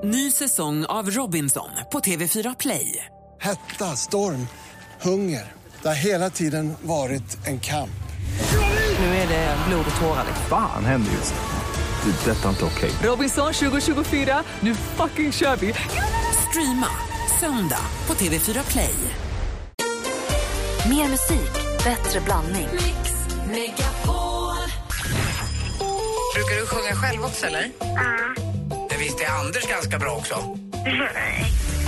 Ny säsong av Robinson på TV4 Play. Hetta, storm, hunger. Det har hela tiden varit en kamp. Nu är det blod och tårar. Fan händer just det. Det är detta inte okej. Robinson 2024, nu fucking kör vi. Streama söndag på TV4 Play. Mer musik, bättre blandning. Mix Megapol. Brukar du sjunga själv också, eller? Det visste Anders ganska bra också. Nej.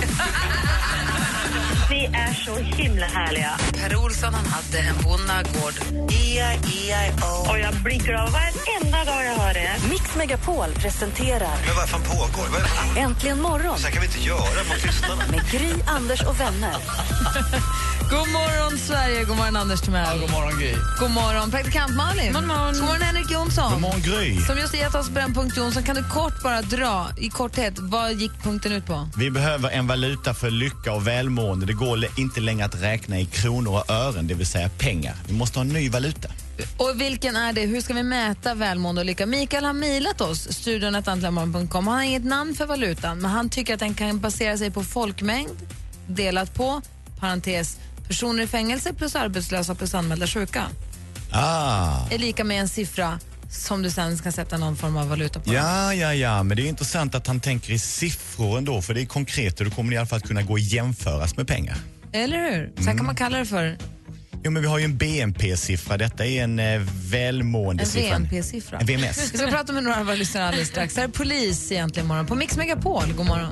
Vi är så himla härliga. Per Olsson, han hade en bonnagård. E-I-E-I-O. Och jag blir glad varenda dag jag hör det. Mix Megapol presenterar Men vad fan pågår? Äntligen morgon Så här kan vi inte göra på tystnaden. med Gry, Anders och vänner. God morgon, Sverige. God morgon, Anders Timell. God morgon, Gry. God morgon, praktikant Malin. God morgon, Henrik Jonsson. God morgon, Gry. Som just gett oss Brännpunkt Jonsson, kan du kort bara dra i korthet, vad gick punkten ut på? Vi behöver en valuta för lycka och välmående. Det går inte längre att räkna i kronor och ören, det vill säga pengar. Vi måste ha en ny valuta. Och vilken är det? Hur ska vi mäta välmående och lycka? Mikael har mejlat oss, studion@antligenmorgon.com. Han har inget namn för valutan, men han tycker att den kan basera sig på folkmängd delat på, parentes, personer i fängelse plus arbetslösa plus anmälda sjuka. Är lika med en siffra som du sen ska sätta någon form av valuta på. Ja, men det är intressant att han tänker i siffror ändå, för det är konkret och då kommer det i alla fall kunna gå att jämföras med pengar. Eller hur? Sen kan man kalla det för... Jo, men vi har ju en BNP-siffra. Detta är en välmående siffra. En VNP-siffra. En VMS. Vi ska prata med några av våra lyssnare alldeles strax. Det här är Polis egentligen morgon på Mix Megapol. God morgon.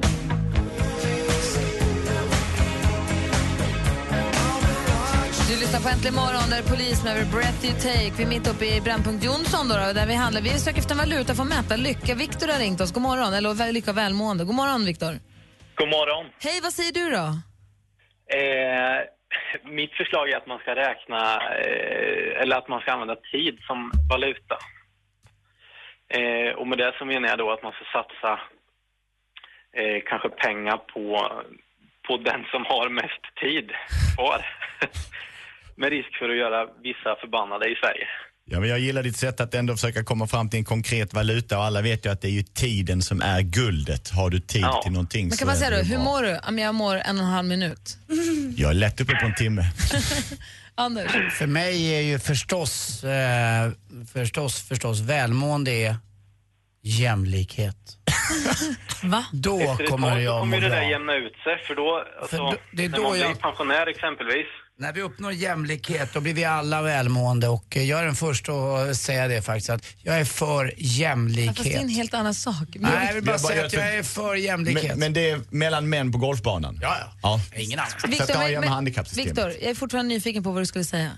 Du lyssnar på Äntligen morgon där Polis med Breath You Take. Vi är mitt uppe i Brännpunkt Jonsson då, där vi söker efter en valuta för att mäta lycka. Viktor har ringt oss. God morgon. Eller lycka och välmående. God morgon, Viktor. God morgon. Hej, vad säger du då? Mitt förslag är att man ska räkna eller att man ska använda tid som valuta. Och med det så menar jag då att man ska satsa kanske pengar på den som har mest tid kvar. Med risk för att göra vissa förbannade i Sverige. Ja, men jag gillar ditt sätt att ändå försöka komma fram till en konkret valuta, och alla vet ju att det är ju tiden som är guldet. Har du tid till någonting? Men kan man säga då, hur mår du? Jag mår 1,5 minut. Jag är lätt uppe på en timme. Anders? För mig är ju förstås välmående är jämlikhet. Va? Då Efter ett kommer tag jag kommer må det där bra. jämna ut sig, för då, det är när då man blir pensionär exempelvis. När vi uppnår jämlikhet då blir vi alla välmående, och jag är den första att säga det faktiskt, att jag är för jämlikhet. Fast det är en helt annan sak. Nej, jag vill bara säga att jag är för jämlikhet. Men det är mellan män på golfbanan? Ja. Ingen annan. Viktor, jag är fortfarande nyfiken på vad du skulle säga.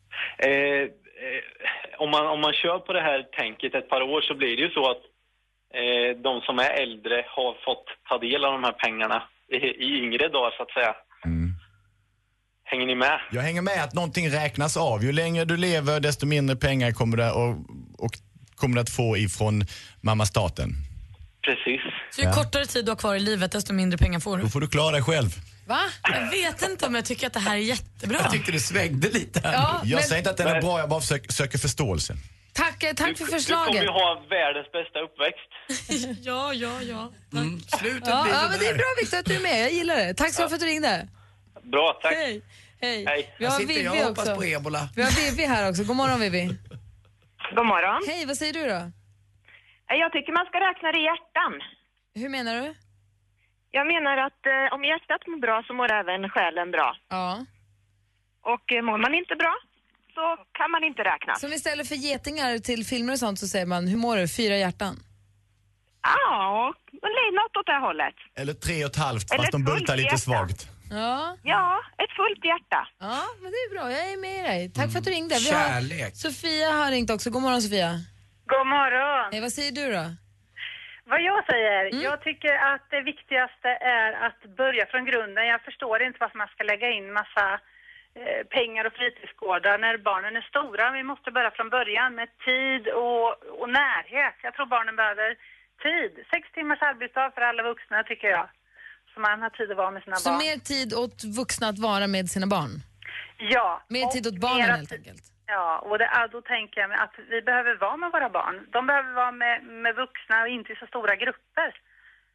Om man kör på det här tänket ett par år så blir det ju så att de som är äldre har fått ta del av de här pengarna i yngre dagar så att säga. Hänger ni med? Jag hänger med att någonting räknas av. Ju längre du lever desto mindre pengar kommer du kommer att få ifrån mamma staten. Precis. Så ju kortare tid du har kvar i livet desto mindre pengar får du. Då får du klara dig själv. Va? Jag vet inte om jag tycker att det här är jättebra. Jag tyckte det svängde lite här. Ja, jag säger inte att den är bra, jag bara söker förståelse. Tack för förslaget. Du kommer ju ha världens bästa uppväxt. Ja. Slutet Ja, blir men det är bra, Viktor, att du är med. Jag gillar det. Tack så för att du ringde. Bra, tack. Hej. Vi Jag har sitter Vivi och hoppas också. på ebola. Vi har Vivi här också. God morgon, Vivi. God morgon. Hej, vad säger du då? Jag tycker man ska räkna det i hjärtan. Hur menar du? Jag menar att om hjärtat mår bra så mår även själen bra. Ja. Och mår man inte bra så kan man inte räkna. Som istället för getingar till filmer och sånt så säger man, hur mår du? 4 hjärtan. Ja, något åt det hållet. Eller 3,5 Eller fast de bultar fullt lite hjärta. svagt. Ja, ett fullt hjärta. Ja, men det är bra. Jag är med dig. Tack för att du ringde. Kärlek. Sofia har ringt också. God morgon, Sofia. God morgon. Hej, vad säger du då? Vad jag säger, jag tycker att det viktigaste är att börja från grunden. Jag förstår inte varför man ska lägga in massa pengar och fritidsgårdar när barnen är stora. Vi måste börja från början med tid och närhet. Jag tror barnen behöver tid. 6 timmars arbetsdag för alla vuxna tycker jag. Så man har tid att vara med sina barn. Så mer tid åt vuxna att vara med sina barn? Ja. Mer tid åt barnen helt enkelt? Ja, och då tänker jag att vi behöver vara med våra barn. De behöver vara med vuxna och inte i så stora grupper.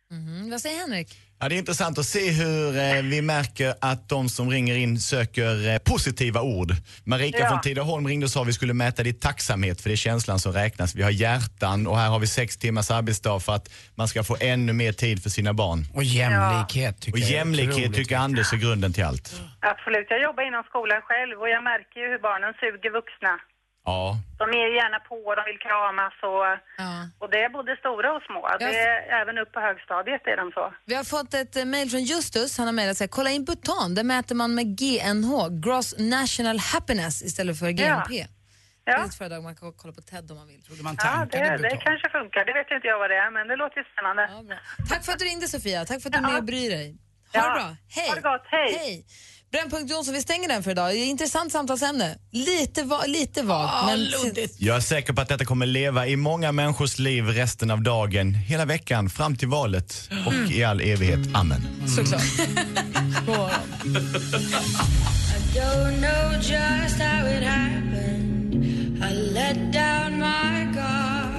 Vad säger Henrik? Ja, det är intressant att se hur vi märker att de som ringer in söker positiva ord. Marika från Tidaholm ringde och sa att vi skulle mäta ditt tacksamhet, för det är känslan som räknas. Vi har hjärtan och här har vi 6 timmars arbetsdag för att man ska få ännu mer tid för sina barn. Och jämlikhet tycker och jag. Jämlikhet tycker Anders är grunden till allt. Absolut, jag jobbar inom skolan själv och jag märker ju hur barnen suger vuxna. Ja. De är gärna på, de vill kramas och det är både stora och små. Det är även upp på högstadiet är de så. Vi har fått ett mejl från Justus. Han har mejlat sig. Kolla in Bhutan. Där mäter man med GNH, Gross National Happiness, istället för GNP. Ja. Det är ett föredrag man kan kolla på TED om man vill. Det kanske funkar. Det vet inte jag vad det är, men det låter ju spännande. Ja, bra. Tack för att du ringde, Sofia. Tack för att du är med och bryr dig. Ha det bra. Hej. Ha det gott. Hej. Brännpunkt Jonsson, vi stänger den för idag. Intressant samtalsämne. Lite vagt. Men jag är säker på att detta kommer leva i många människors liv resten av dagen, hela veckan, fram till valet och i all evighet. Amen. Såklart. I don't know just how it happened. I let down my guard.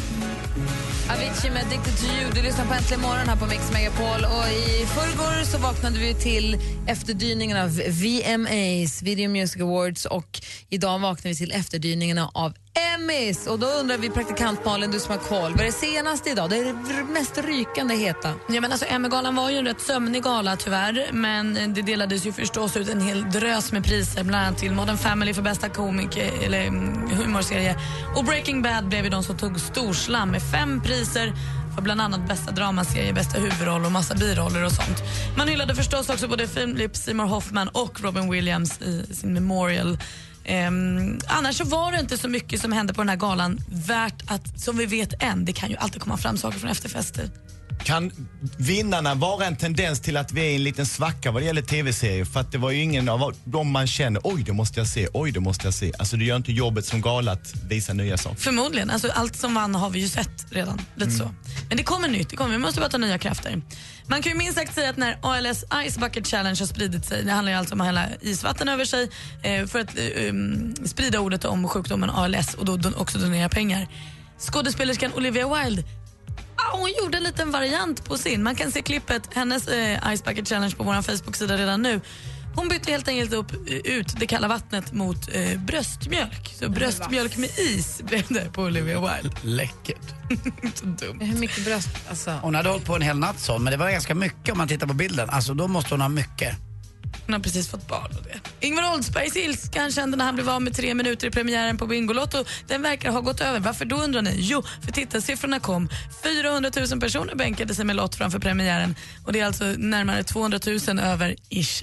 Avicii med Addicted to You. Du lyssnar på Äntligen morgon här på Mix Megapol. Och i förrgår så vaknade vi till efterdyningarna av VMAs, Video Music Awards. Och idag vaknar vi till efterdyningarna av Emmys. Och då undrar vi, praktikant Malin, du som har koll, vad är det senaste idag? Det är det mest rykande heta. Ja, men alltså, Emmy-galan var ju en rätt sömnig gala tyvärr. Men det delades ju förstås ut en hel drös med priser. Bland annat till Modern Family för bästa eller humorserie. Och Breaking Bad blev ju de som tog storslam med 5 priser. För bland annat bästa dramaserie, bästa huvudroll och massa biroller och sånt. Man hyllade förstås också både Philip Seymour Hoffman och Robin Williams i sin memorial. Annars så var det inte så mycket som hände på den här galan värt att, som vi vet än, det kan ju alltid komma fram saker från efterfester. Kan vinnarna vara en tendens till att vi är i en liten svacka vad det gäller tv-serier? För att det var ju ingen av dem man känner, oj det måste jag se. Alltså det gör inte jobbet som gala att visa nya saker. Förmodligen, alltså allt som vann har vi ju sett redan, lite så. Men det kommer nytt, vi måste bara ta nya krafter. Man kan ju minst sagt säga att när ALS Ice Bucket Challenge har spridit sig, det handlar ju alltså om att hälla isvatten över sig för att sprida ordet om sjukdomen ALS och då också donera pengar. Skådespelerskan Olivia Wilde, hon gjorde en liten variant på sin. Man kan se klippet, hennes Ice Bucket Challenge på vår Facebook-sida redan nu. Hon bytte helt enkelt ut det kalla vattnet mot bröstmjölk. Så bröstmjölk med is blev det på Olivia Wilde. Läckert. Så dumt. Hur mycket bröst? Alltså. Hon hade hållit på en hel natt så, men det var ganska mycket om man tittar på bilden. Alltså då måste hon ha mycket. Hon har precis fått barn och det. Ingvar Oldsbergs ilska han kände när han blev av med 3 minuter i premiären på Bingolotto. Den verkar ha gått över. Varför då undrar ni? Jo, för tittarsiffrorna kom. 400 000 personer bänkade sig med lott framför premiären. Och det är alltså närmare 200 000 över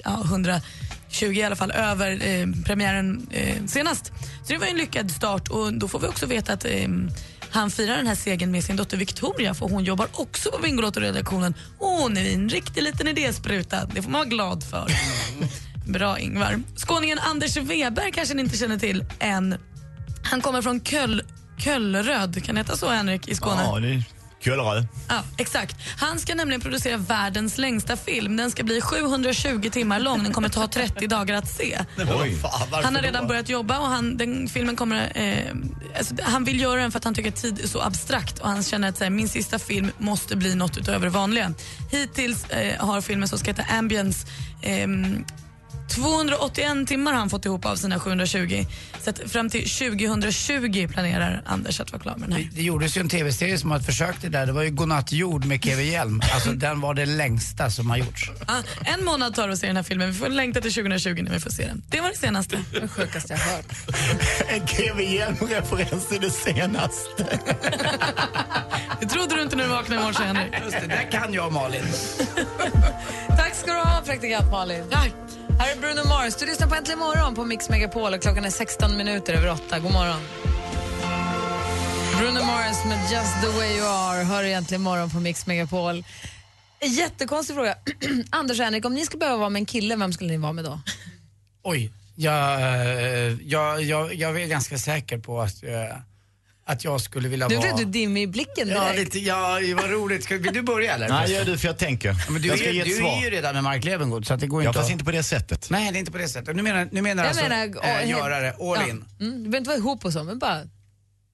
120 i alla fall över premiären senast. Så det var en lyckad start och då får vi också veta att han firar den här segern med sin dotter Victoria, för hon jobbar också på Bingolotto-redaktionen. Hon är en riktig liten idéspruta. Det får man vara glad för. Bra, Ingvar. Skåningen Anders Weber kanske ni inte känner till än. Han kommer från Kölleröd. Kan det heta så, Henrik, i Skåne? Ja, det är Kölleröd. Ja, exakt. Han ska nämligen producera världens längsta film. Den ska bli 720 timmar lång. Den kommer ta 30 dagar att se. Han har redan börjat jobba och den filmen kommer... han vill göra den för att han tycker att tid är så abstrakt och han känner att min sista film måste bli något utöver det vanliga. Hittills har filmen som ska heta Ambience 281 timmar har han fått ihop av sina 720. Så att fram till 2020 planerar Anders att vara klar med den här. Det gjordes ju en tv-serie som har försökt det där. Det var ju Godnatt jord med Kevin Hjelm. Alltså den var det längsta som har gjorts. En månad tar att se den här filmen. Vi får längta till 2020 när vi får se den. Det var det senaste. Det sjukaste jag hört. En Kevin Hjelm-referens är det senaste. Det trodde du inte när du vaknade i morse, Henrik. Just det, där kan jag, Malin. Tack ska du ha, praktikant Malin. Tack. Här är Bruno Mars. Du lyssnar på Äntligen morgon på Mix Megapol och klockan är 16 minuter över 8. God morgon. Bruno Mars med Just the way you are hör Äntligen morgon på Mix Megapol. Jättekonstig fråga. Anders och Henrik, om ni skulle behöva vara med en kille, vem skulle ni vara med då? Oj, jag är ganska säker på att jag skulle vilja vara... Nu blev du dimmig i blicken direkt. Ja, lite, vad roligt. Vill du börja eller? Nej, gör du för jag tänker. Men du är ju redan med Mark Levengood så att det går inte fast inte på det sättet. Nej, det är inte på det sättet. Nu menar alltså göra det all in. Du behöver inte vara ihop och så, men bara...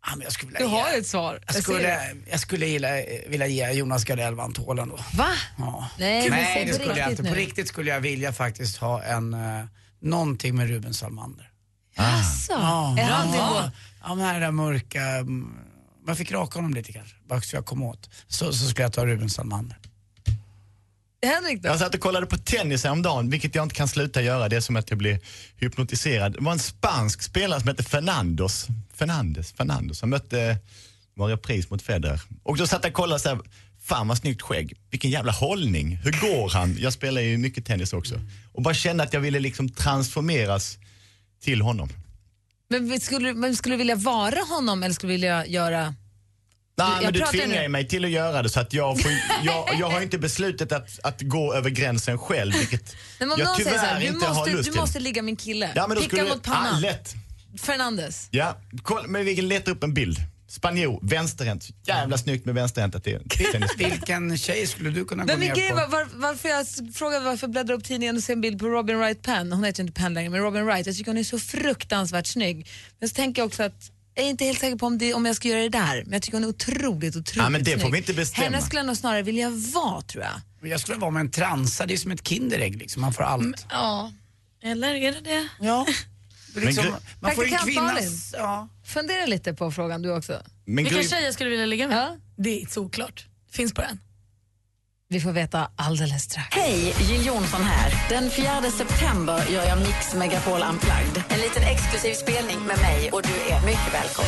Ja, men jag skulle Du har ju ett svar. Jag skulle vilja ge Jonas Gardell Vantålen då. Va? Ja. Nej, det skulle jag inte. På riktigt skulle jag vilja faktiskt ha någonting med Ruben Salmander. Asså? Ja, är han det då? Ja, men här mörka... Man fick raka honom lite kanske. Bara så jag kom åt. Så skulle jag ta Ruben Salmander. Henrik då? Jag satt och kollade på tennis häromdagen, vilket jag inte kan sluta göra. Det är som att jag blir hypnotiserad. Det var en spansk spelare som hette Fernandes. Han mötte var repris mot Federer. Och då satt jag och kollade så här, fan vad snyggt skägg. Vilken jävla hållning. Hur går han? Jag spelar ju mycket tennis också. Och bara kände att jag ville liksom transformeras till honom. Men skulle du vilja vara honom eller skulle du vilja göra... Nej, men du tvingar mig till att göra det så att jag har inte beslutet att gå över gränsen själv, vilket jag tyvärr inte har lust till. Du måste ligga min kille. Ja, men då picka mot pannan. Lätt. Fernandes. Ja, men vi kan leta upp en bild. Spanjor, vänsterhänt. Jävla snyggt med vänsterhänta till. Vilken tjej skulle du kunna gå ner på? Varför jag frågade varför jag bläddrar upp tidningen och ser en bild på Robin Wright Penn. Hon heter inte Penn längre, men Robin Wright. Jag tycker hon är så fruktansvärt snygg. Men så tänker jag också att jag är inte helt säker på om jag ska göra det där. Men jag tycker hon är otroligt ja, men det snygg. får vi inte bestämma. Henne skulle jag nog snarare vilja vara, tror jag. Jag skulle vara med en transa, det är som ett kinderägg liksom. Man får allt. Ja, eller är det? Ja. Liksom, man får en kvinnas... Ja. Fundera lite på frågan du också. Vilka tjejer skulle du vilja ligga med? Ja. Det är såklart. Finns på den. Vi får veta alldeles strax. Hej, Jill Johnson här. Den 4 september gör jag Mix Megapol Unplugged. En liten exklusiv spelning med mig och du är mycket välkommen.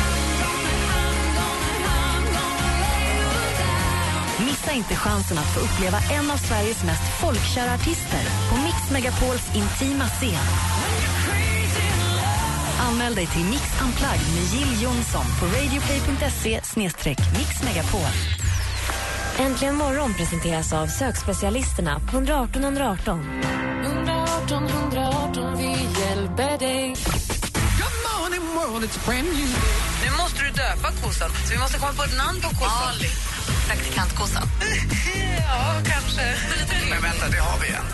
Missa inte chansen att få uppleva en av Sveriges mest folkkära artister på Mix Megapols intima scen. Anmäl dig till Mix Unplugged med Jill Johnson på radioplay.se/mixmegapol. Äntligen morgon presenteras av sökspecialisterna på 118 118. 118 118, vi hjälper dig. Good morning world, it's brand new. Nu måste du döpa kossan, så vi måste komma på ett namn på kossan. Ali. Praktikantkossan. Ja, kanske. Men vänta, det har vi igen.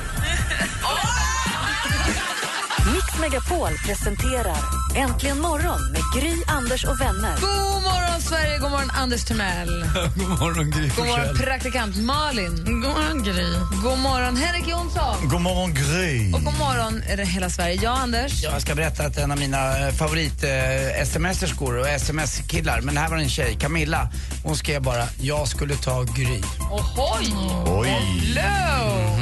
Mix Megapol presenterar Äntligen morgon med Gry, Anders och vänner. God morgon Sverige, god morgon Anders Timell. God morgon Gry. God morgon praktikant Malin. God morgon Gry. God morgon Henrik Jonsson. God morgon Gry. Och god morgon är det hela Sverige. Jag Anders. Jag ska berätta att en av mina favorit-sms-erskor och sms-killar, men här var en tjej, Camilla. Hon skrev bara, jag skulle ta Gry. Ohoj! Oj. Hello!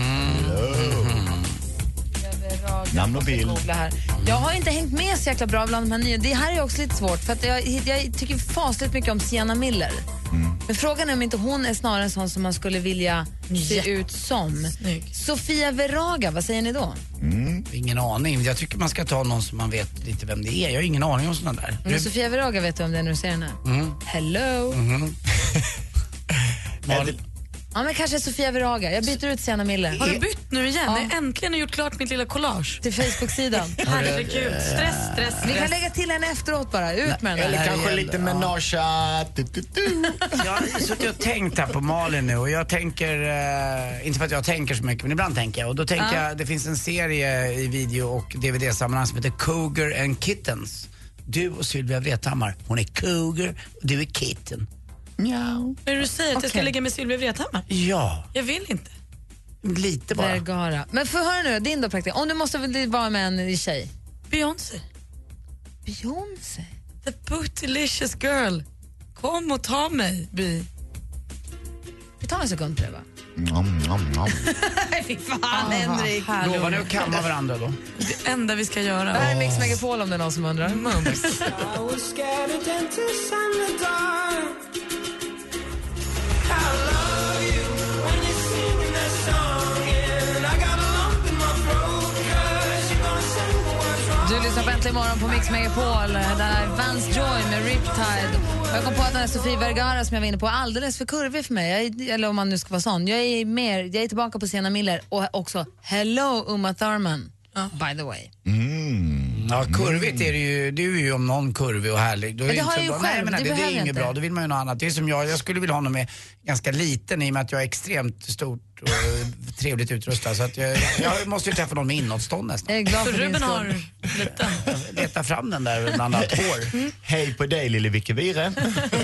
Namn och bild. Jag har inte hängt med så jäkla bra bland de här nya. Det här är också lite svårt för att jag tycker fasligt mycket om Sienna Miller. Men frågan är om inte hon är snarare en sån som man skulle vilja se ut som. Snygg. Sofia Vergara, vad säger ni då? Ingen aning. Jag tycker man ska ta någon som man vet lite vem det är. Jag har ingen aning om sådana där. Men Sofia Vergara vet du om det är när du ser henne? Hello! Ja, men kanske Sofia Vergara. Jag byter ut Sienna Miller. Har du bytt nu igen? Ja. Jag äntligen har gjort klart mitt lilla collage. Till Facebook-sidan. Herregud. Stress. Vi kan lägga till henne efteråt bara. Ut med henne. Eller kanske lite menage. Jag har suttit och tänkt här på Malin nu och jag tänker, inte för att jag tänker så mycket, men ibland tänker jag. Och då tänker jag, det finns en serie i video- och DVD-sammanhang som heter Cougar and Kittens. Du och Sylvia Vrethammar, hon är cougar och du är kitten. Mjau. Men du säger att jag ska ligga med Sylvia Vrethammar? Ja. Jag vill inte. Lite bara. Vergara. Men för höra nu, din då praktik. Om du måste väl vara med en tjej. Beyoncé. Beyoncé? The bootylicious girl. Kom och ta mig, Bi. Vi tar en sekund på det, va? Fy fan, Henrik. Lovar ni att kamma varandra då? Det enda vi ska göra. Det här är Mix Megapol om det är någon som undrar. Du lyssnar på Äntligen morgon på Mix Megapol. Där är Vance Joy med Riptide. Jag kom på att den här Sofia Vergara som jag var inne på är alldeles för kurvig för mig. Eller om man nu ska vara sån. Jag är tillbaka på Sienna Miller och också Hello Uma Thurman. By the way. Ja, kurvigt är det ju. Du är ju om någon kurvig och härlig. Då är det har jag ju själv, det är inget bra. Då vill man ju något annat. Det är som jag skulle vilja ha någon med ganska liten i och med att jag är extremt stort och trevligt utrustad. Så att jag måste ju träffa någon med inåtstånd nästan. Jag är glad för Ruben har lite. Leta fram den där bland annat hår. Hej på dig lille Vicke Vire.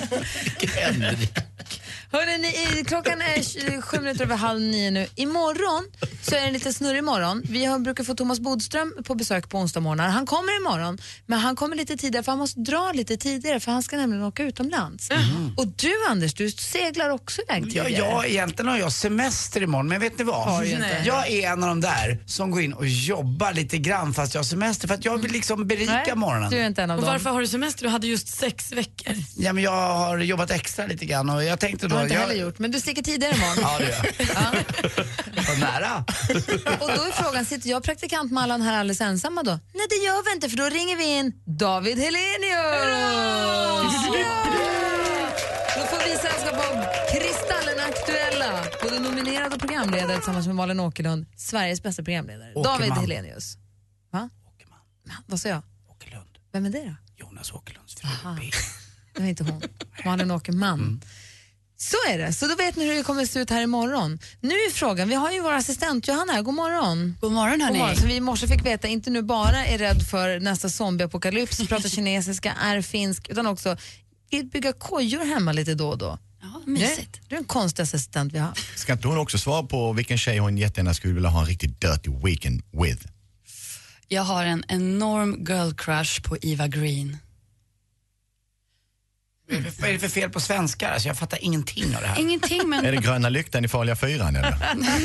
Hörrni, klockan är 7:07 nu. Imorgon så är det lite snurrig imorgon. Vi brukar få Thomas Bodström på besök på onsdag morgon. Han kommer imorgon, men han kommer lite tidigare för han måste dra lite tidigare för han ska nämligen åka utomlands. Och du Anders, du seglar också iväg tidigare. Ja, egentligen har jag semester imorgon, men vet ni vad? Jag är en av de där som går in och jobbar lite grann fast jag har semester för att jag vill liksom berika morgonen. Du är inte en av dem. Och varför har du semester? Du hade just 6 veckor. Ja, men jag har jobbat extra lite grann och jag tänkte då... Har inte heller gjort, men du sticker tidigare imorgon. Ja, det gör jag. Vad nära. Och då är frågan, sitter jag praktikant Mallan här alldeles ensamma då? Nej, det gör vi inte, för då ringer vi in David Helenius! Då får vi sällskap av Kristallen Aktuella, både nominerad och programledare tillsammans med Malin Åkerlund, Sveriges bästa programledare. Åkerman. David Helenius. Va? Åkerman. Vad sa jag? Åkerlund. Vem är det då? Jonas Åkerlunds fru. Det var inte hon. Malin Åkerman. Så är det. Så då vet ni hur det kommer att se ut här imorgon. Nu är frågan, vi har ju vår assistent Johanna här. God morgon. God morgon hörni. God morgon. Så vi i morse fick veta, inte nu bara är rädd för nästa zombieapokalyps, pratar kinesiska, är finsk, utan också vill bygga kojor hemma lite då och då. Ja, mysigt. Du är en konstig assistent vi har. Ska inte hon också svara på vilken tjej hon jättegärna skulle vilja ha en riktigt dirty weekend with? Jag har en enorm girl crush på Eva Green. Vad är det för fel på svenskar? Alltså, jag fattar ingenting av det här. Ingenting, men... Är det gröna lyktan i farliga fyran eller?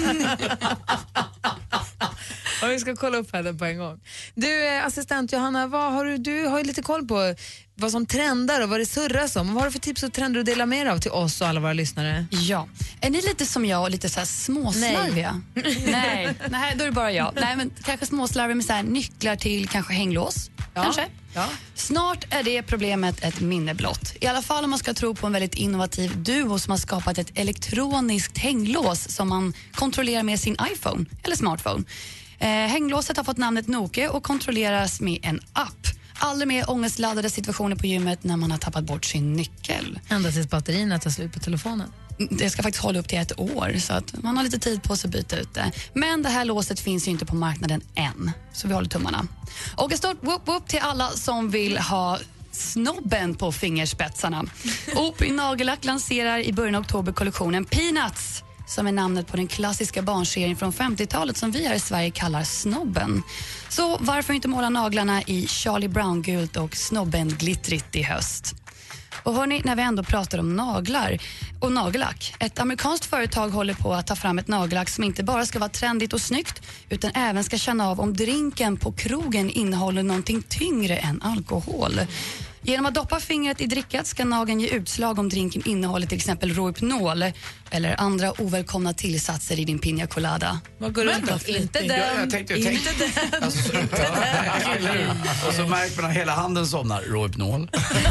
Och vi ska kolla upp henne på en gång. Du, assistent Johanna, du har ju lite koll på vad som trendar och vad det surras om. Vad har du för tips och trender att dela med av till oss och alla våra lyssnare? Ja. Är ni lite som jag och lite så här småslarviga? Nej, då är det bara jag. Nej, men kanske småslarviga med så här nycklar till kanske hänglås. Ja. Kanske. Ja. Snart är det problemet ett minne blott. I alla fall om man ska tro på en väldigt innovativ duo som har skapat ett elektroniskt hänglås som man kontrollerar med sin iPhone eller smartphone. Hänglåset har fått namnet Noke och kontrolleras med en app. Aldrig mer ångestladdade situationer på gymmet när man har tappat bort sin nyckel. Ända tills batterierna tar slut på telefonen. Det ska faktiskt hålla upp till 1 år så att man har lite tid på sig att byta ut det. Men det här låset finns ju inte på marknaden än, så vi håller tummarna. Och ett stort whoop till alla som vill ha snobben på fingerspetsarna. Opry Nagellack lanserar i början av oktober kollektionen Peanuts, som är namnet på den klassiska barnserien från 50-talet som vi här i Sverige kallar snobben. Så varför inte måla naglarna i Charlie Brown-gult och snobben glittrigt i höst? Och hörni, när vi ändå pratar om naglar och nagellack. Ett amerikanskt företag håller på att ta fram ett nagellack som inte bara ska vara trendigt och snyggt utan även ska känna av om drinken på krogen innehåller någonting tyngre än alkohol. Genom att doppa fingret i drickat ska nageln ge utslag om drinken innehåller till exempel Rohypnol eller andra ovälkomna tillsatser i din piña colada. Vad går runt och inte den, jag tänkte, inte den, alltså, inte den. Och så märker man att hela handen somnar. Rohypnol.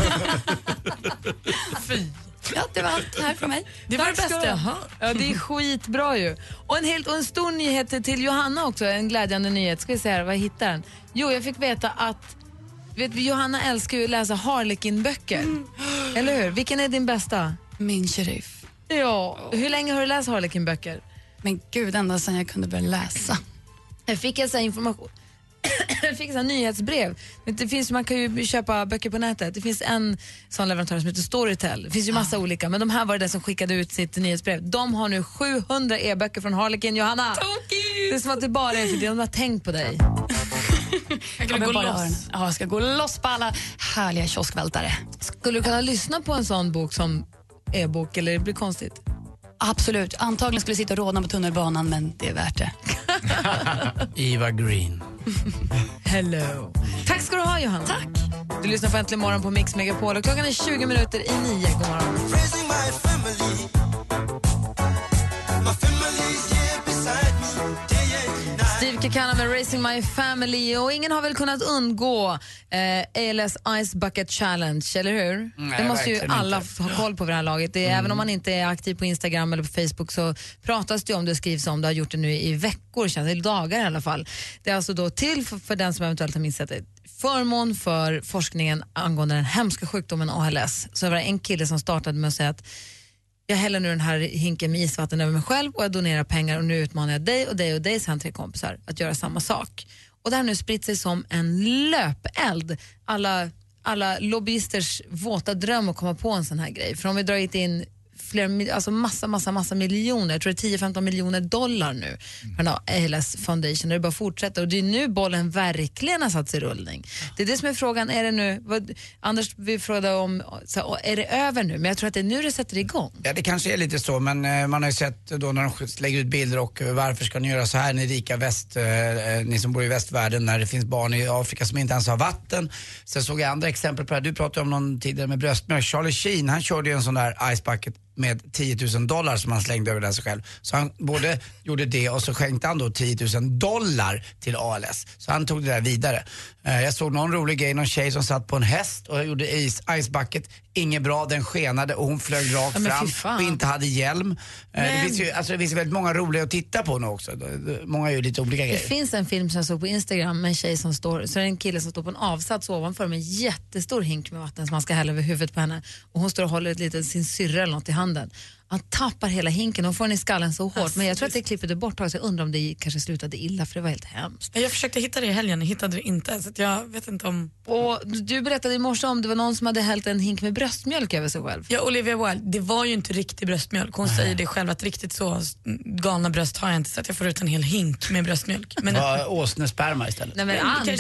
Fy. Ja, det var allt här från mig. Det var det bästa jag hört. Ja, det är skitbra ju. Och en stor nyhet till Johanna också, en glädjande nyhet. Ska vi se här, vad hittar den? Jo, jag fick veta att Johanna älskar ju att läsa Harlequin-böcker. Eller hur? Vilken är din bästa? Min sheriff. Ja. Hur länge har du läst Harlequin-böcker? Men gud, ända sedan jag kunde börja läsa. Jag fick en sån här information. Jag fick en nyhetsbrev. Det finns, man kan ju köpa böcker på nätet. Det finns en sån leverantör som heter Storytel. Det finns ju massa olika, men de här var det som skickade ut sitt nyhetsbrev. De har nu 700 e-böcker från Harlequin, Johanna. Tokigt! Det är som att det bara är för det. De har tänkt på dig. Jag ska gå loss på alla härliga kioskvältare. Skulle du kunna lyssna på en sån bok som e-bok, eller det blir konstigt? Absolut. Antagligen skulle jag sitta och rådna på tunnelbanan, men det är värt det. Eva Green. Hello. Tack ska du ha, Johanna. Tack. Du lyssnar på Äntligen morgon på Mix Megapol och klockan är 20 minuter i 9. God morgon. Steve Kekana med Racing My Family. Och ingen har väl kunnat undgå ALS Ice Bucket Challenge, eller hur? Nej, det måste ju alla inte ha koll på vid det här laget. Det är, även om man inte är aktiv på Instagram eller på Facebook så pratas det om det, skrivs om det, har gjort det nu i veckor, eller dagar i alla fall. Det är alltså då till för den som eventuellt har missat det. förmån för forskningen angående den hemska sjukdomen ALS så var det en kille som startade med att säga att jag häller nu den här hinken med isvatten över mig själv och jag donerar pengar och nu utmanar jag dig och dig och dig, sen 3 kompisar, att göra samma sak. Och det har nu spritt sig som en löpeld. Alla lobbyisters våta dröm att komma på en sån här grej. För om vi drar in massa miljoner, jag tror det är 10-15 miljoner dollar nu för den här ALS Foundation, och det bara fortsätter och det är nu bollen verkligen har satt sig i rullning. Det är det som är frågan, är det nu Anders, vi frågade om är det över nu, men jag tror att det är nu det sätter igång. Ja, det kanske är lite så, men man har ju sett då när de lägger ut bilder och varför ska ni göra så här, ni rika ni som bor i västvärlden, när det finns barn i Afrika som inte ens har vatten. Sen såg jag andra exempel på det här. Du pratade om någon tidigare med bröstmjölk. Charlie Sheen, han körde ju en sån där ice bucket med 10 000 dollar som han slängde över där sig själv. Så han både gjorde det och så skänkte han då 10 000 dollar till ALS. Så han tog det där vidare. Jag såg någon rolig grej, någon tjej som satt på en häst och gjorde ice bucket. Inget bra, den skenade och hon flög rakt fram och inte hade hjälm. Det finns väldigt många roliga att titta på nu också. Många gör ju lite olika grejer. Det finns en film som jag såg på Instagram med en tjej som står, så är det en kille som står på en avsats ovanför med en jättestor hink med vatten som man ska hälla över huvudet på henne. Och hon står och håller sin syrra eller något i handen. Han tappar hela hinken och får den i skallen så hårt. Men jag tror att det klippet är borttaget, så jag undrar om det kanske slutade illa, för det var helt hemskt. Jag försökte hitta det i helgen, jag hittade det inte, så att jag vet inte om... Och du berättade i morse om det var någon som hade hällt en hink med bröstmjölk över sig själv. Ja, Olivia Wilde, det var ju inte riktig bröstmjölk. Hon säger det själv att riktigt så galna bröst har jag inte, så att jag får ut en hel hink med bröstmjölk. Men åsnesperma istället. Nej,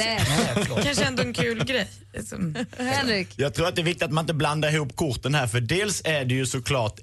men kanske ändå en kul grej. Henrik. Jag tror att det är viktigt att man inte blandar ihop korten här, för dels är det ju såklart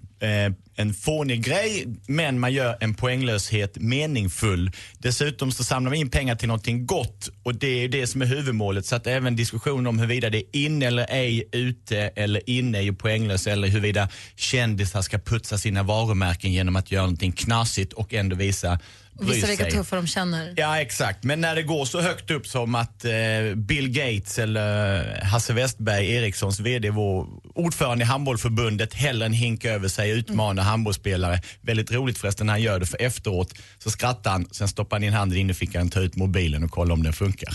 en fånig grej, men man gör en poänglöshet meningsfull. Dessutom så samlar man in pengar till någonting gott, och det är det som är huvudmålet, så att även diskussionen om huruvida det är in eller ej, ute eller inne är ju poänglös, eller huruvida kändisar ska putsa sina varumärken genom att göra någonting knasigt och ändå visa vilka tuffa de känner. Ja, exakt. Men när det går så högt upp som att Bill Gates eller Hasse Westberg, Erikssons vd, vår ordförande i handbollförbundet, häller en hink över sig och utmanar handbollsspelare. Väldigt roligt förresten när han gör det, för efteråt så skrattar han, sen stoppar han in handen in i fickan, tar ut mobilen och kollar om den funkar.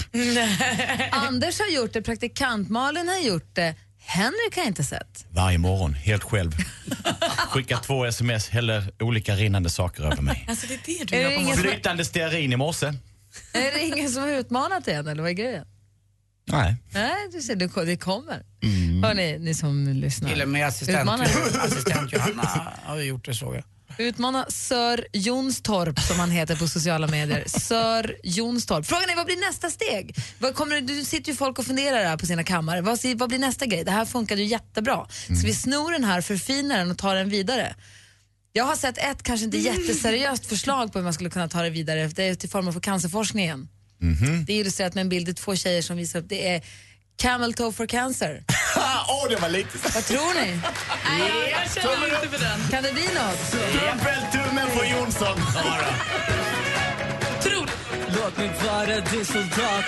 Anders har gjort det, praktikant Malin har gjort det. Henrik har inte sett. Varje morgon, helt själv. Skicka 2 sms, häller olika rinnande saker över mig. Alltså det är det du gör på flytande stearin i morse. Är det ingen som har utmanat dig än, eller vad är grejen? Nej. Nej, du ser, det kommer. Hörrni, ni som lyssnar. Till och med assistent Johanna har gjort det, så jag. Utmana Sir Jonstorp, som han heter på sociala medier. Sir Jonstorp. Frågan är, vad blir nästa steg? Du sitter ju folk och funderar här på sina kammare. Vad blir nästa grej? Det här funkar ju jättebra. Så vi snor den här, förfinar den och tar den vidare. Jag har sett ett kanske inte jätteseriöst förslag på hur man skulle kunna ta det vidare. Det är till förmån för cancerforskningen. Det är illustrerat med en bild, 2 tjejer som visar upp. Det är Camel toe for cancer. Det var lite. Vad tror ni? Nej, jag känner inte för den. Kan det bli något? Tummen på Jonsson. Tror. Låt mig vara din soldat.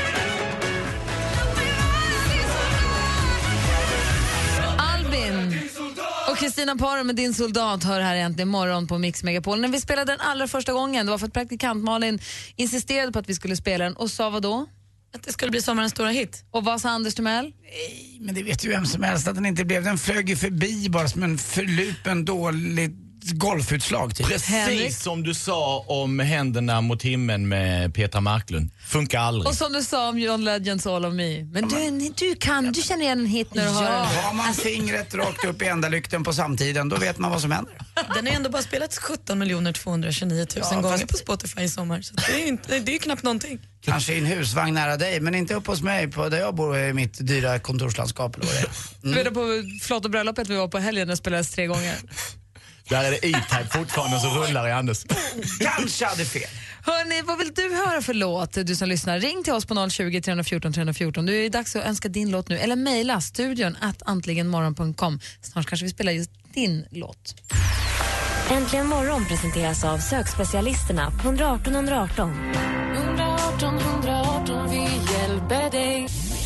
Albin och Kristina Parra med Din soldat hör här egentligen morgon på Mix Megapol. När vi spelade den allra första gången, det var för att praktikant Malin insisterade på att vi skulle spela den och sa vad då? Att det skulle bli sommarens stora hit. Och vad sa Anders Timell? Nej, men det vet ju vem som helst att den inte blev. Den flög ju förbi bara som en förlupen dålig golfutslag. Typ. Precis som du sa om Händerna mot himlen med Petra Marklund. Funkar aldrig. Och som du sa om John Legends All of Me. Men du känner igen en hit när du hör den. Har man fingret rakt upp i ändalykten på samtiden, då vet man vad som händer. Den har ändå bara spelats 17 229 000 gånger på Spotify i sommar. Så det är ju knappt någonting. Kanske i en husvagn nära dig, men inte upp hos mig på där jag bor i mitt dyra kontorslandskap. Du vet på Flott och bröllopet vi var på helgen och spelades 3 gånger. Där är det E-Type fortfarande som rullar i Anders. Kanske hade fel. Hörrni, vad vill du höra för låt, du som lyssnar? Ring till oss på 020 314 314. Det är dags att önska din låt nu. Eller mejla studion@antligenmorgon.com. Snart kanske vi spelar just din låt. Äntligen morgon presenteras av sökspecialisterna på 118 118. 118 118, vi hjälper dig.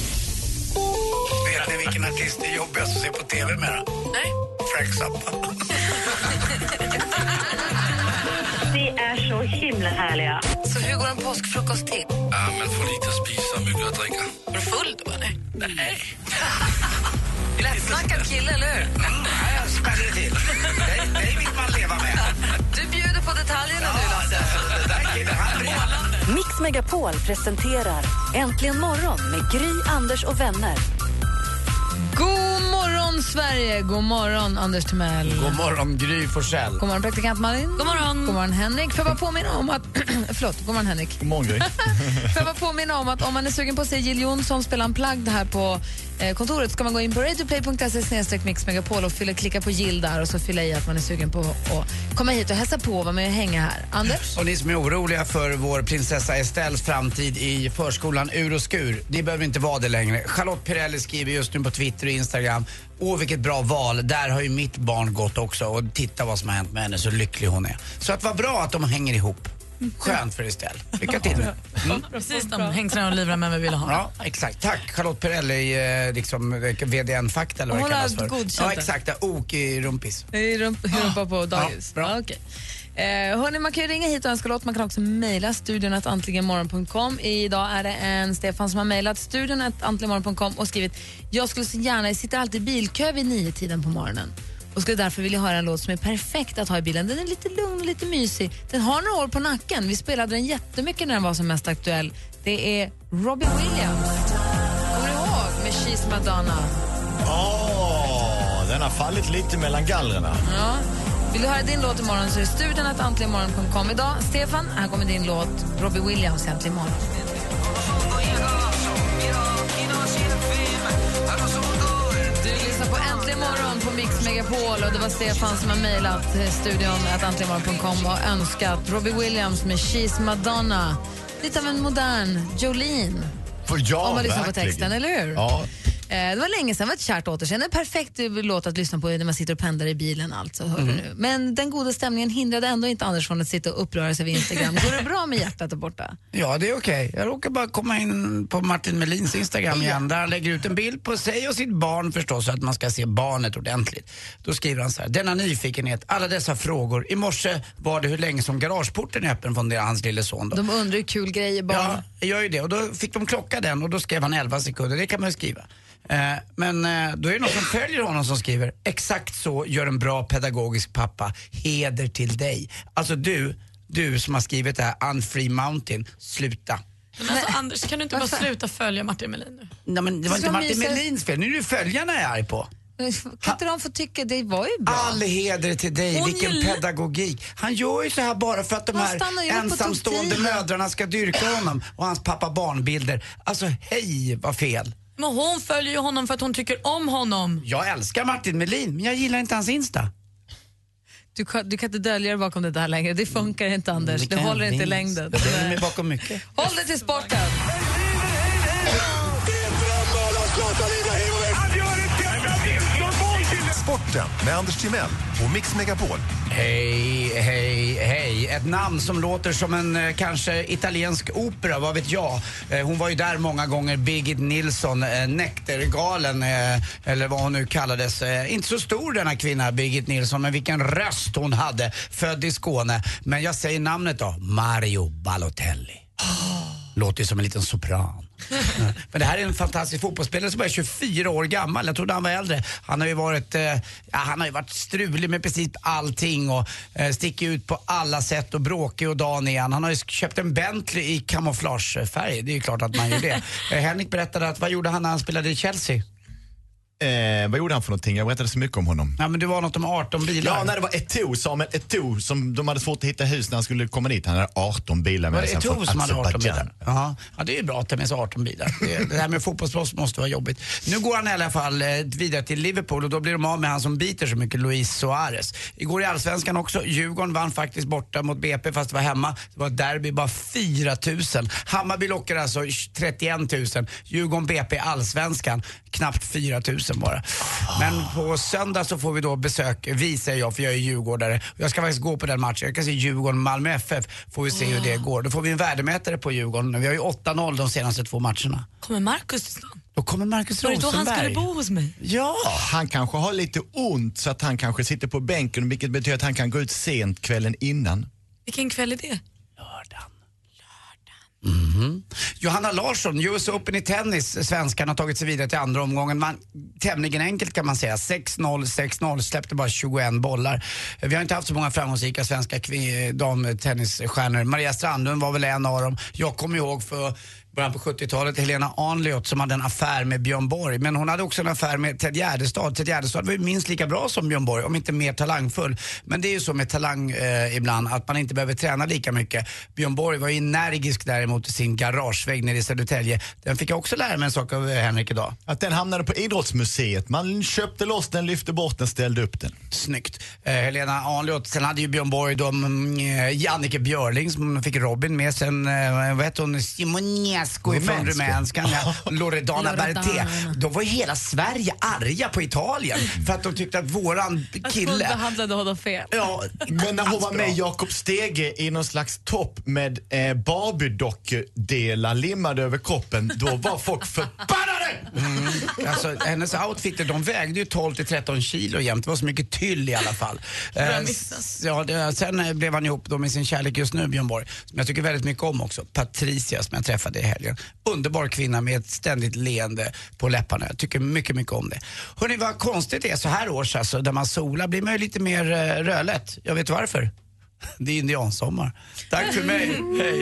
Vet ni vilken artist är jobbigast att se på TV med? Nej. Frank Zappa. Det Ni är så himla härliga. Så hur går en påskfrukost till? Ja, man får lite att spisa, mycket att dricka. Är du full då, eller? Nej. Lättsnackad kille, eller hur? Nej, jag smäller till. Det vill man leva med. Du bjuder på detaljerna nu, Lasse. Mix Megapol presenterar Äntligen morgon med Gry, Anders och vänner. God morgon, Sverige! God morgon, Anders Timell. God morgon, Gry Forssell. God morgon, praktikant Malin. God morgon. God morgon, Henrik. Får jag bara påminna om att... Förlåt, god morgon, Henrik. God morgon, Gry. Får jag bara påminna om att om man är sugen på att se Jill Johnson spela en plagg här på kontoret ska man gå in på radioplay.se/mixmegapol och klicka på Jill där och så fylla i att man är sugen på att komma hit och hälsa på och vara med och hänga här. Anders? Och ni som är oroliga för vår prinsessa Estelles framtid i förskolan Ur och Skur, ni behöver inte vara det längre. Charlotte Perrelli skriver just nu på Twitter och Instagram: åh, vilket bra val, där har ju mitt barn gått också, och titta vad som har hänt med henne, så lycklig hon är. Så att vad bra att de hänger ihop. Skönt för Estelle. Lycka till. Precis, de hängslar och livrar med vad vi vill ha. Ja, exakt. Tack Charlotte Perrelli, liksom VDN-fakta eller vad det kallas för. Ja, exakt. Ok i rumpis. I rumpa på dagis. Ja, bra. Ja, okay. Hörrni, man kan ju ringa hit och önska låt. Man kan också mejla studion@antligenmorgon.com. Idag är det en Stefan som har mejlat studion@antligenmorgon.com och skrivit: jag skulle så gärna, jag sitter alltid i bilkö vid 9-tiden på morgonen och skulle därför vilja höra en låt som är perfekt att ha i bilen. Den är lite lugn och lite mysig. Den har några år på nacken. Vi spelade den jättemycket när den var som mest aktuell. Det är Robbie Williams. Kommer du ihåg med She's Madonna? Den har fallit lite mellan gallrarna. Ja. Vill du höra din låt imorgon så är det studion@antligenmorgon.com. Idag, Stefan, här kommer din låt Robbie Williams hem till imorgon. Du lyssnar på Äntligen morgon på Mix Megapol och det var Stefan som har mejlat studion@antligenmorgon.com och önskat Robbie Williams med She's Madonna. Lite av en modern Jolene. Ja, om man lyssnar på verkligen. texten, eller hur? Ja. Det var länge sedan, var ett kärt återseende. En perfekt låt att lyssna på när man sitter och pendlar i bilen. Alltså, hör du nu. Men den goda stämningen hindrade ändå inte Anders från att sitta och uppröra sig vid Instagram. Går det bra med hjärtat där borta? Ja, det är okej. Jag råkar bara komma in på Martin Melins Instagram igen. Där han lägger ut en bild på sig och sitt barn förstås, så att man ska se barnet ordentligt. Då skriver han så här: denna nyfikenhet, alla dessa frågor. I morse var det hur länge som garageporten är öppen från hans lille son. Då. De undrar hur kul grejer barn. Ja, jag gör ju det. Och då fick de klocka den och då skrev han 11 sekunder. Det kan man ju skriva. Men då är det någon som följer honom som skriver: exakt så gör en bra pedagogisk pappa. Heder till dig. Alltså du som har skrivit det här Unfree Mountain, sluta. Men alltså Anders, kan du inte bara sluta följa Martin Melin nu? Nej, men det var inte Martin Melins fel. Nu är det följarna jag är arg på. Kan inte de få tycka det var ju bra? All heder till dig, vilken pedagogik. Han gör ju så här bara för att de här ensamstående mödrarna ska dyrka honom och hans pappa-barnbilder. Alltså hej, vad fel. Men hon följer ju honom för att hon tycker om honom. Jag älskar Martin Melin, men jag gillar inte hans Insta. Du kan inte dölja dig bakom det där längre. Det funkar inte, Anders. Det håller inte i längden. Jag döljer mig bakom mycket. Håll det till sporten. Sporten med Anders Timell och Mix Megapol. Hej, hej, hej. Ett namn som låter som en kanske italiensk opera, vad vet jag. Hon var ju där många gånger, Birgit Nilsson, Nektergalen, eller vad hon nu kallades. Inte så stor denna kvinna, Birgit Nilsson, men vilken röst hon hade, född i Skåne. Men jag säger namnet då, Mario Balotelli. Låter ju som en liten sopran. Men det här är en fantastisk fotbollsspelare som är 24 år gammal. Jag trodde han var äldre. Han har ju varit strulig med precis allting och sticker ut på alla sätt och bråkig och dan igen. Han har ju köpt en Bentley i kamouflagefärg. Det är ju klart att man gör det. Henrik berättade att vad gjorde han när han spelade i Chelsea? Vad gjorde han för någonting? Jag berättade så mycket om honom. Ja, men det var något om 18 bilar. Ja, när det var Samuel Eto'o som de hade svårt att hitta hus när han skulle komma dit. Han hade 18 bilar med sig. Var det Eto'o som hade 18 bilar? Ja, det är ju bra att ta med sig 18 bilar. Det här med fotbollsproffs måste vara jobbigt. Nu går han i alla fall vidare till Liverpool och då blir de av med han som biter så mycket, Luis Suarez. Igår i Allsvenskan också. Djurgården vann faktiskt borta mot BP fast det var hemma. Det var derby, bara 4 000. Hammarby lockar alltså 31 000. Djurgården BP Allsvenskan knappt 4 000 bara. Men på söndag så får vi då besök, säger jag, för jag är djurgårdare. Jag ska faktiskt gå på den matchen. Jag kan se Djurgården-Malmö FF, får vi se hur det går. Då får vi en värdemätare på Djurgården. Vi har ju 8-0 de senaste 2 matcherna. Kommer Marcus till stan? Då kommer Marcus Rosenberg. Var det då han skulle bo hos mig? Ja. Han kanske har lite ont så att han kanske sitter på bänken, vilket betyder att han kan gå ut sent kvällen innan. Vilken kväll är det? Johanna Larsson, US Open i tennis. Svenskarna har tagit sig vidare till andra omgången. Tämligen enkelt kan man säga. 6-0, 6-0, släppte bara 21 bollar. Vi har inte haft så många framgångsrika svenska damtennisstjärnor. Maria Strandlund var väl en av dem. Jag kommer ihåg för början på 70-talet Helena Arnljot som hade en affär med Björn Borg. Men hon hade också en affär med Ted Gärdestad. Ted Gärdestad var ju minst lika bra som Björn Borg, om inte mer talangfull. Men det är ju så med talang ibland att man inte behöver träna lika mycket. Björn Borg var ju energisk däremot i sin garagevägg nere i Södertälje. Den fick jag också lära mig en sak av Henrik idag. Att den hamnade på Idrottsmuseet. Man köpte loss den, lyfte bort den, ställde upp den. Snyggt. Helena Arnljot, sen hade ju Björn Borg då Jannike Björling som fick Robin med. Sen, vad heter hon? Simonescu från rumänskan. Loredana Berté. Då var ju hela Sverige arga på Italien för att de tyckte att våran kille... Att hon behandlade honom fel. Ja, men när hon var med Jakob Stege i någon slags topp med Barbie-dockdelar limmade över kroppen, då var folk förbannade! Alltså, hennes outfitter, de vägde ju 12-13 kilo jämt. Det var så mycket tyll i alla fall. Sen blev han ihop då med sin kärlek just nu, Björn Borg, som jag tycker väldigt mycket om också. Patricia, som jag träffade i helgen. Underbar kvinna med ett ständigt leende på läpparna. Jag tycker mycket, mycket om det. Hörrni, vad konstigt det är så här års alltså, där man solar blir man ju lite mer rödlätt. Jag vet varför. Det är indiansommar. Tack för mig. Hej.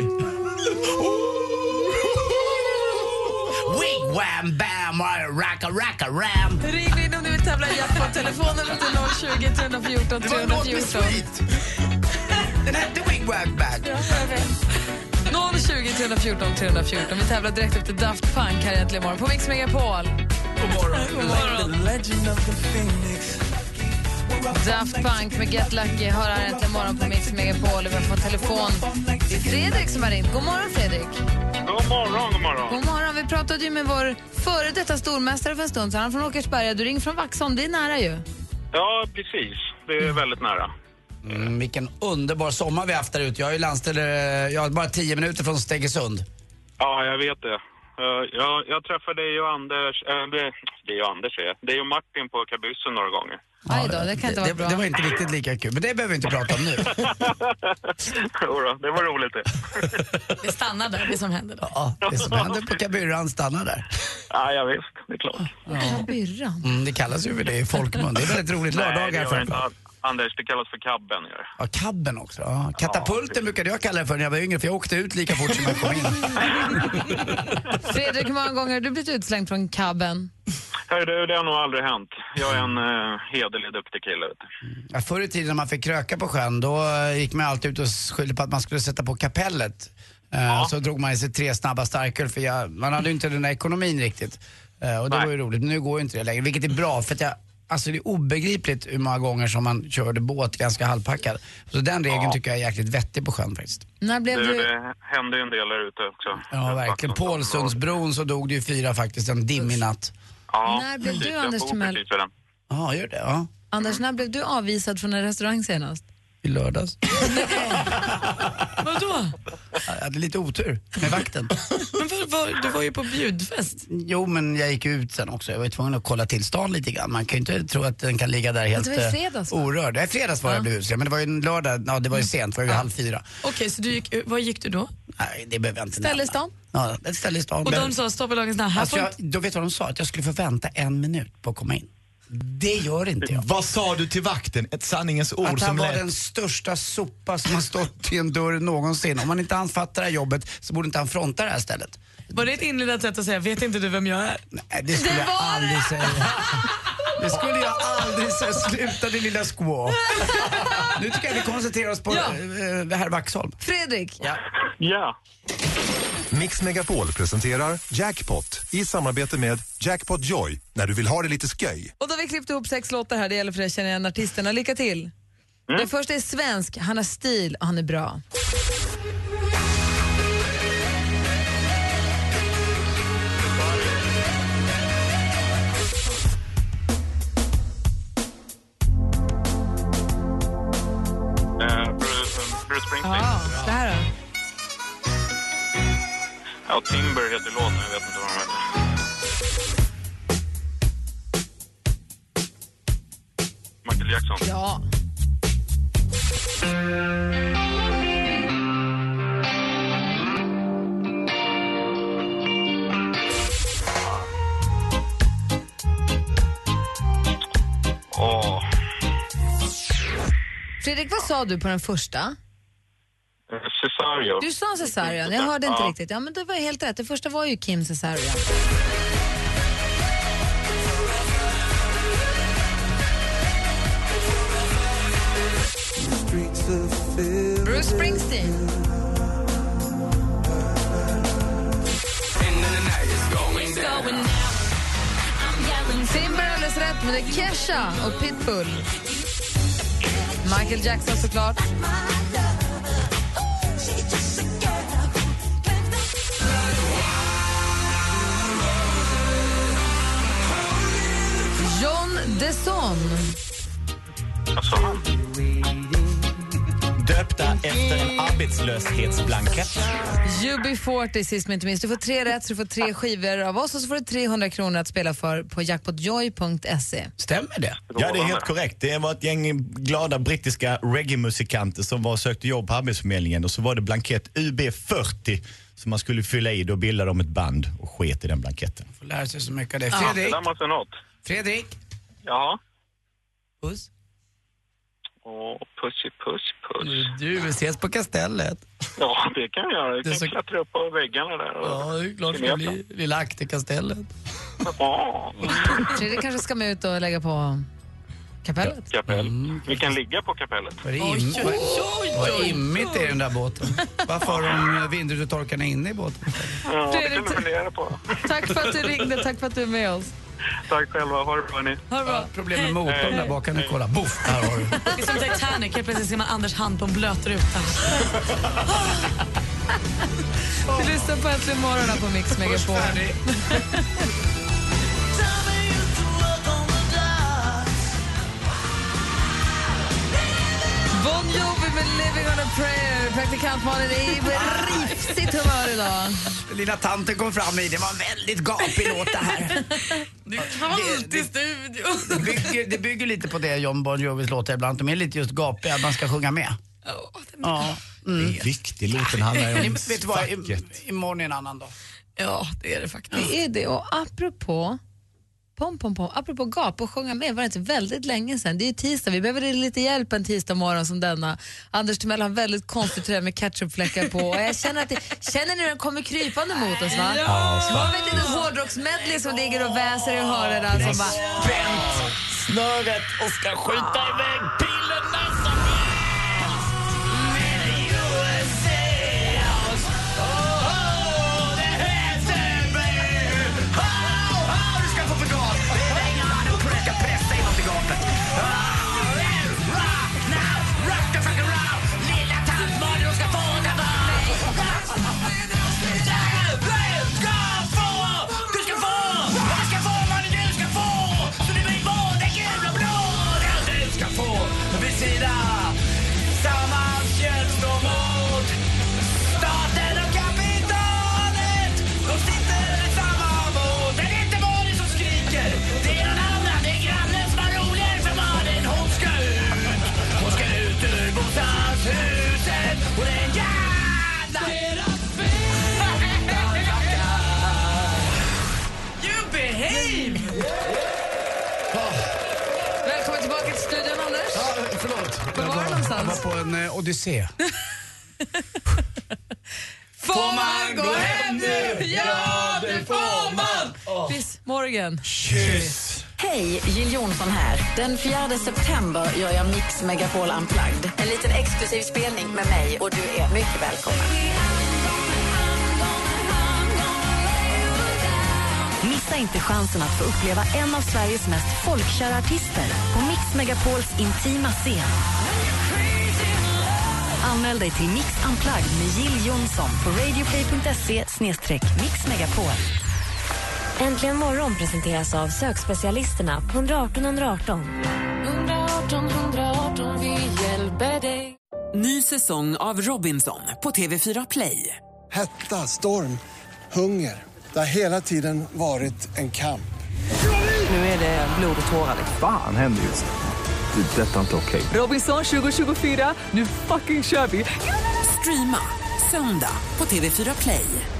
Wig wham bam racka racka ram. Ring in om du vill tävla i jackpot. Telefonen till 020 314 314. Den hette Wig wham bam. 020 314 314. Vi tävlar direkt efter Daft Punk här egentligen imorgon på Mix Megapol. God morgon. Daft Punk med Get Lucky hör här egentligen imorgon på Mix Megapol. Vi har fått telefon. Det är Fredrik som har ringt. God morgon, Fredrik. God morgon, god morgon. God morgon. Vi pratade ju med vår före detta stormästare för en stund sedan. Han från Åkersberga. Du ringer från Vaxholm. Det är nära ju. Ja, precis. Det är väldigt nära. Vilken underbar sommar vi har haft där ute. Jag är ju landställe, jag har bara 10 minuter från Stegesund. Ja, jag vet det. Jag träffade dig och Anders, det och Martin på kabyssen några gånger. Aj då, det kan inte vara bra. Det var inte riktigt lika kul, men det behöver vi inte prata om nu. Jodå, det var roligt det. Det stannar där, det som händer då. Ja, det som händer på kabyrran stannar där. Ja, visst, det är klart. Kabyrran? Det kallas ju för det i folkmun. Det är väldigt roligt lördagar framför. Anders, det kallas för kabben. Ja, kabben också. Ja. Katapulten brukade jag kalla det för när jag var yngre, för jag åkte ut lika fort som jag kom in. Fredrik, hur många gånger har du blivit utslängd från kabben? Det har nog aldrig hänt. Jag är en hederlig, duktig kille. Ja, förr i tiden när man fick kröka på sjön, då gick man alltid ut och skyllde på att man skulle sätta på kapellet. Så drog man i sig 3 snabba starköl, för man hade ju inte den där ekonomin riktigt. Och det var ju roligt, men nu går ju inte det längre. Vilket är bra, för att alltså det är obegripligt hur många gånger som man körde båt ganska halvpackad. Så den regeln tycker jag är jäkligt vettig på sjön faktiskt. När blev du... Det hände ju en del där ute också. Ja, verkligen. Pålsundsbron så dog det ju 4 faktiskt en dimmig natt. Ja, när blev du, Anders Timell? Ja, gör det, ja. Anders, när blev du avvisad från en restaurang senast? I lördags. Vadå? Jag hade lite otur med vakten. Men du var ju på bjudfest. Jo, men jag gick ut sen också. Jag var tvungen att kolla till stan lite grann. Man kan ju inte tro att den kan ligga där helt orörd. Det var fredags var jag blev utslängd, men det var ju en lördag. Ja, det var ju sent, det var ju 3:30. Okej, så var gick du då? Nej, det behöver jag inte Ställe i stan? Ja, ett ställe i stan. Och de sa, stoppa lagens namn. Då vet du vad de sa? Att jag skulle få vänta 1 minut på att komma in. Det gör inte jag. Vad sa du till vakten? Ett sanningens ord att som han var lät... den största sopa som har stått i en dörr någonsin. Om man inte han fattar det här jobbet så borde inte han fronta det här stället. Var det ett inledat sätt att säga, vet inte du vem jag är? Nej, det skulle jag aldrig säga. Det skulle jag aldrig säga. Sluta din lilla skå. Nu tycker jag vi koncentrerar oss på herr Vaxholm. Fredrik. Ja. Mix Megapol presenterar Jackpot i samarbete med Jackpot Joy när du vill ha det lite sköj. Och då har vi klippt ihop 6 låtar här. Det gäller för dig att känna igen artisterna. Lycka till. Den första är svensk. Han har stil och han är bra. Bruce Springsteen. Ja, det här då? Ja, Timber heter låten, jag vet inte vad de heter. Michael Jackson. Ja. Fredrik, vad sa du på den första? Cesario. Du sa Cesarion, jag hörde inte riktigt. Ja, men det var helt rätt. Det första var ju Kim Cesarion. Bruce Springsteen. Timber alldeles rätt, men det är Kesha och Pitbull. Michael Jackson såklart. John Desson. Alltså han. Döpta efter en arbetslöshetsblankett. UB40 sist men inte minst. Du får 3 rätt så du får 3 skivor av oss och så får du 300 kronor att spela för på jackpotjoy.se. Stämmer det? Ja, det är helt korrekt. Det var ett gäng glada brittiska reggae-musikanter som var och sökte jobb på Arbetsförmedlingen och så var det blankett UB40 som man skulle fylla i. Då bildade de ett band och sket i den blanketten. Får lära sig så mycket av det. Fredrik? Det måste något. Fredrik? Ja. Puss. Åh, puss. Du, ses på kastellet. Ja, det kan jag göra. Du kan klättra upp på väggarna där. Och ja, det är klart det blir lilla akterkastellet. Ja. Fredrik kanske ska med ut och lägga på kapellet. Kapell. Vi kan ligga på kapellet. Vad immigt är den där båten. Varför har de vindrutetorkarna inne i båten? Ja, det kan du fundera på. Tack för att du ringde, tack för att du är med oss. Tack själva, ha det bra ni. Ha det bra. Problem med motorn där bak, kan ni kolla. Boff, här har du. Det är som Titanic, helt plötsligt ser man Anders hand på en blöt ruta. Du lyssnar på Äntligen morgon på Mix Megapol. Bon Jovi med Living on a prayer. Praktikantmannen är i rifsigt humör idag. Lilla tanten kom fram i, det var en väldigt gapig låt det här. Det är kallt i studion. Det bygger lite på det John Bon Jovis låter ibland. De är lite just gapiga, att man ska sjunga med. Ja. Det är viktig låten handlar ju om. Vet du vad, imorgon är en annan dag. Ja, det är det faktiskt. Det är det, och apropå apropå gap och sjunga med var det inte väldigt länge sedan. Det är ju tisdag, vi behöver lite hjälp en tisdag morgon som denna. Anders Timell har en väldigt konstig tröja med ketchupfläckar på och jag känner att känner ni hur den kommer krypande mot oss, va? Ja, vet inte, hårdrocksmedley som ligger och väser i hörerna som bara spänt snöret och ska skjuta iväg pilen som Välkommen tillbaka till studion, Anders. Ja, förlåt. Var var du någonstans? Jag var på en odyssé. Får man gå hem nu? Ja, det får man! Bis morgon. Kyss! Hej, Jill Johnson här. Den 4 september gör jag Mix Megapol Unplugged. En liten exklusiv spelning med mig och du är mycket välkommen. Missa inte chansen att få uppleva en av Sveriges mest folkkära artister på Mix Megapols intima scen. Anmäl dig till Mix Unplugged med Jill Johnson på radioplay.se/mixmegapol. Äntligen morgon presenteras av sökspecialisterna på 118 118. 118 118, vi hjälper dig. Ny säsong av Robinson på TV4 Play. Hetta, storm, hunger. Det har hela tiden varit en kamp. Nu är det blod och tårar. Fan händer just det. Detta är inte okej. Robinson 2024, nu fucking kör vi. Streama söndag på TV4 Play.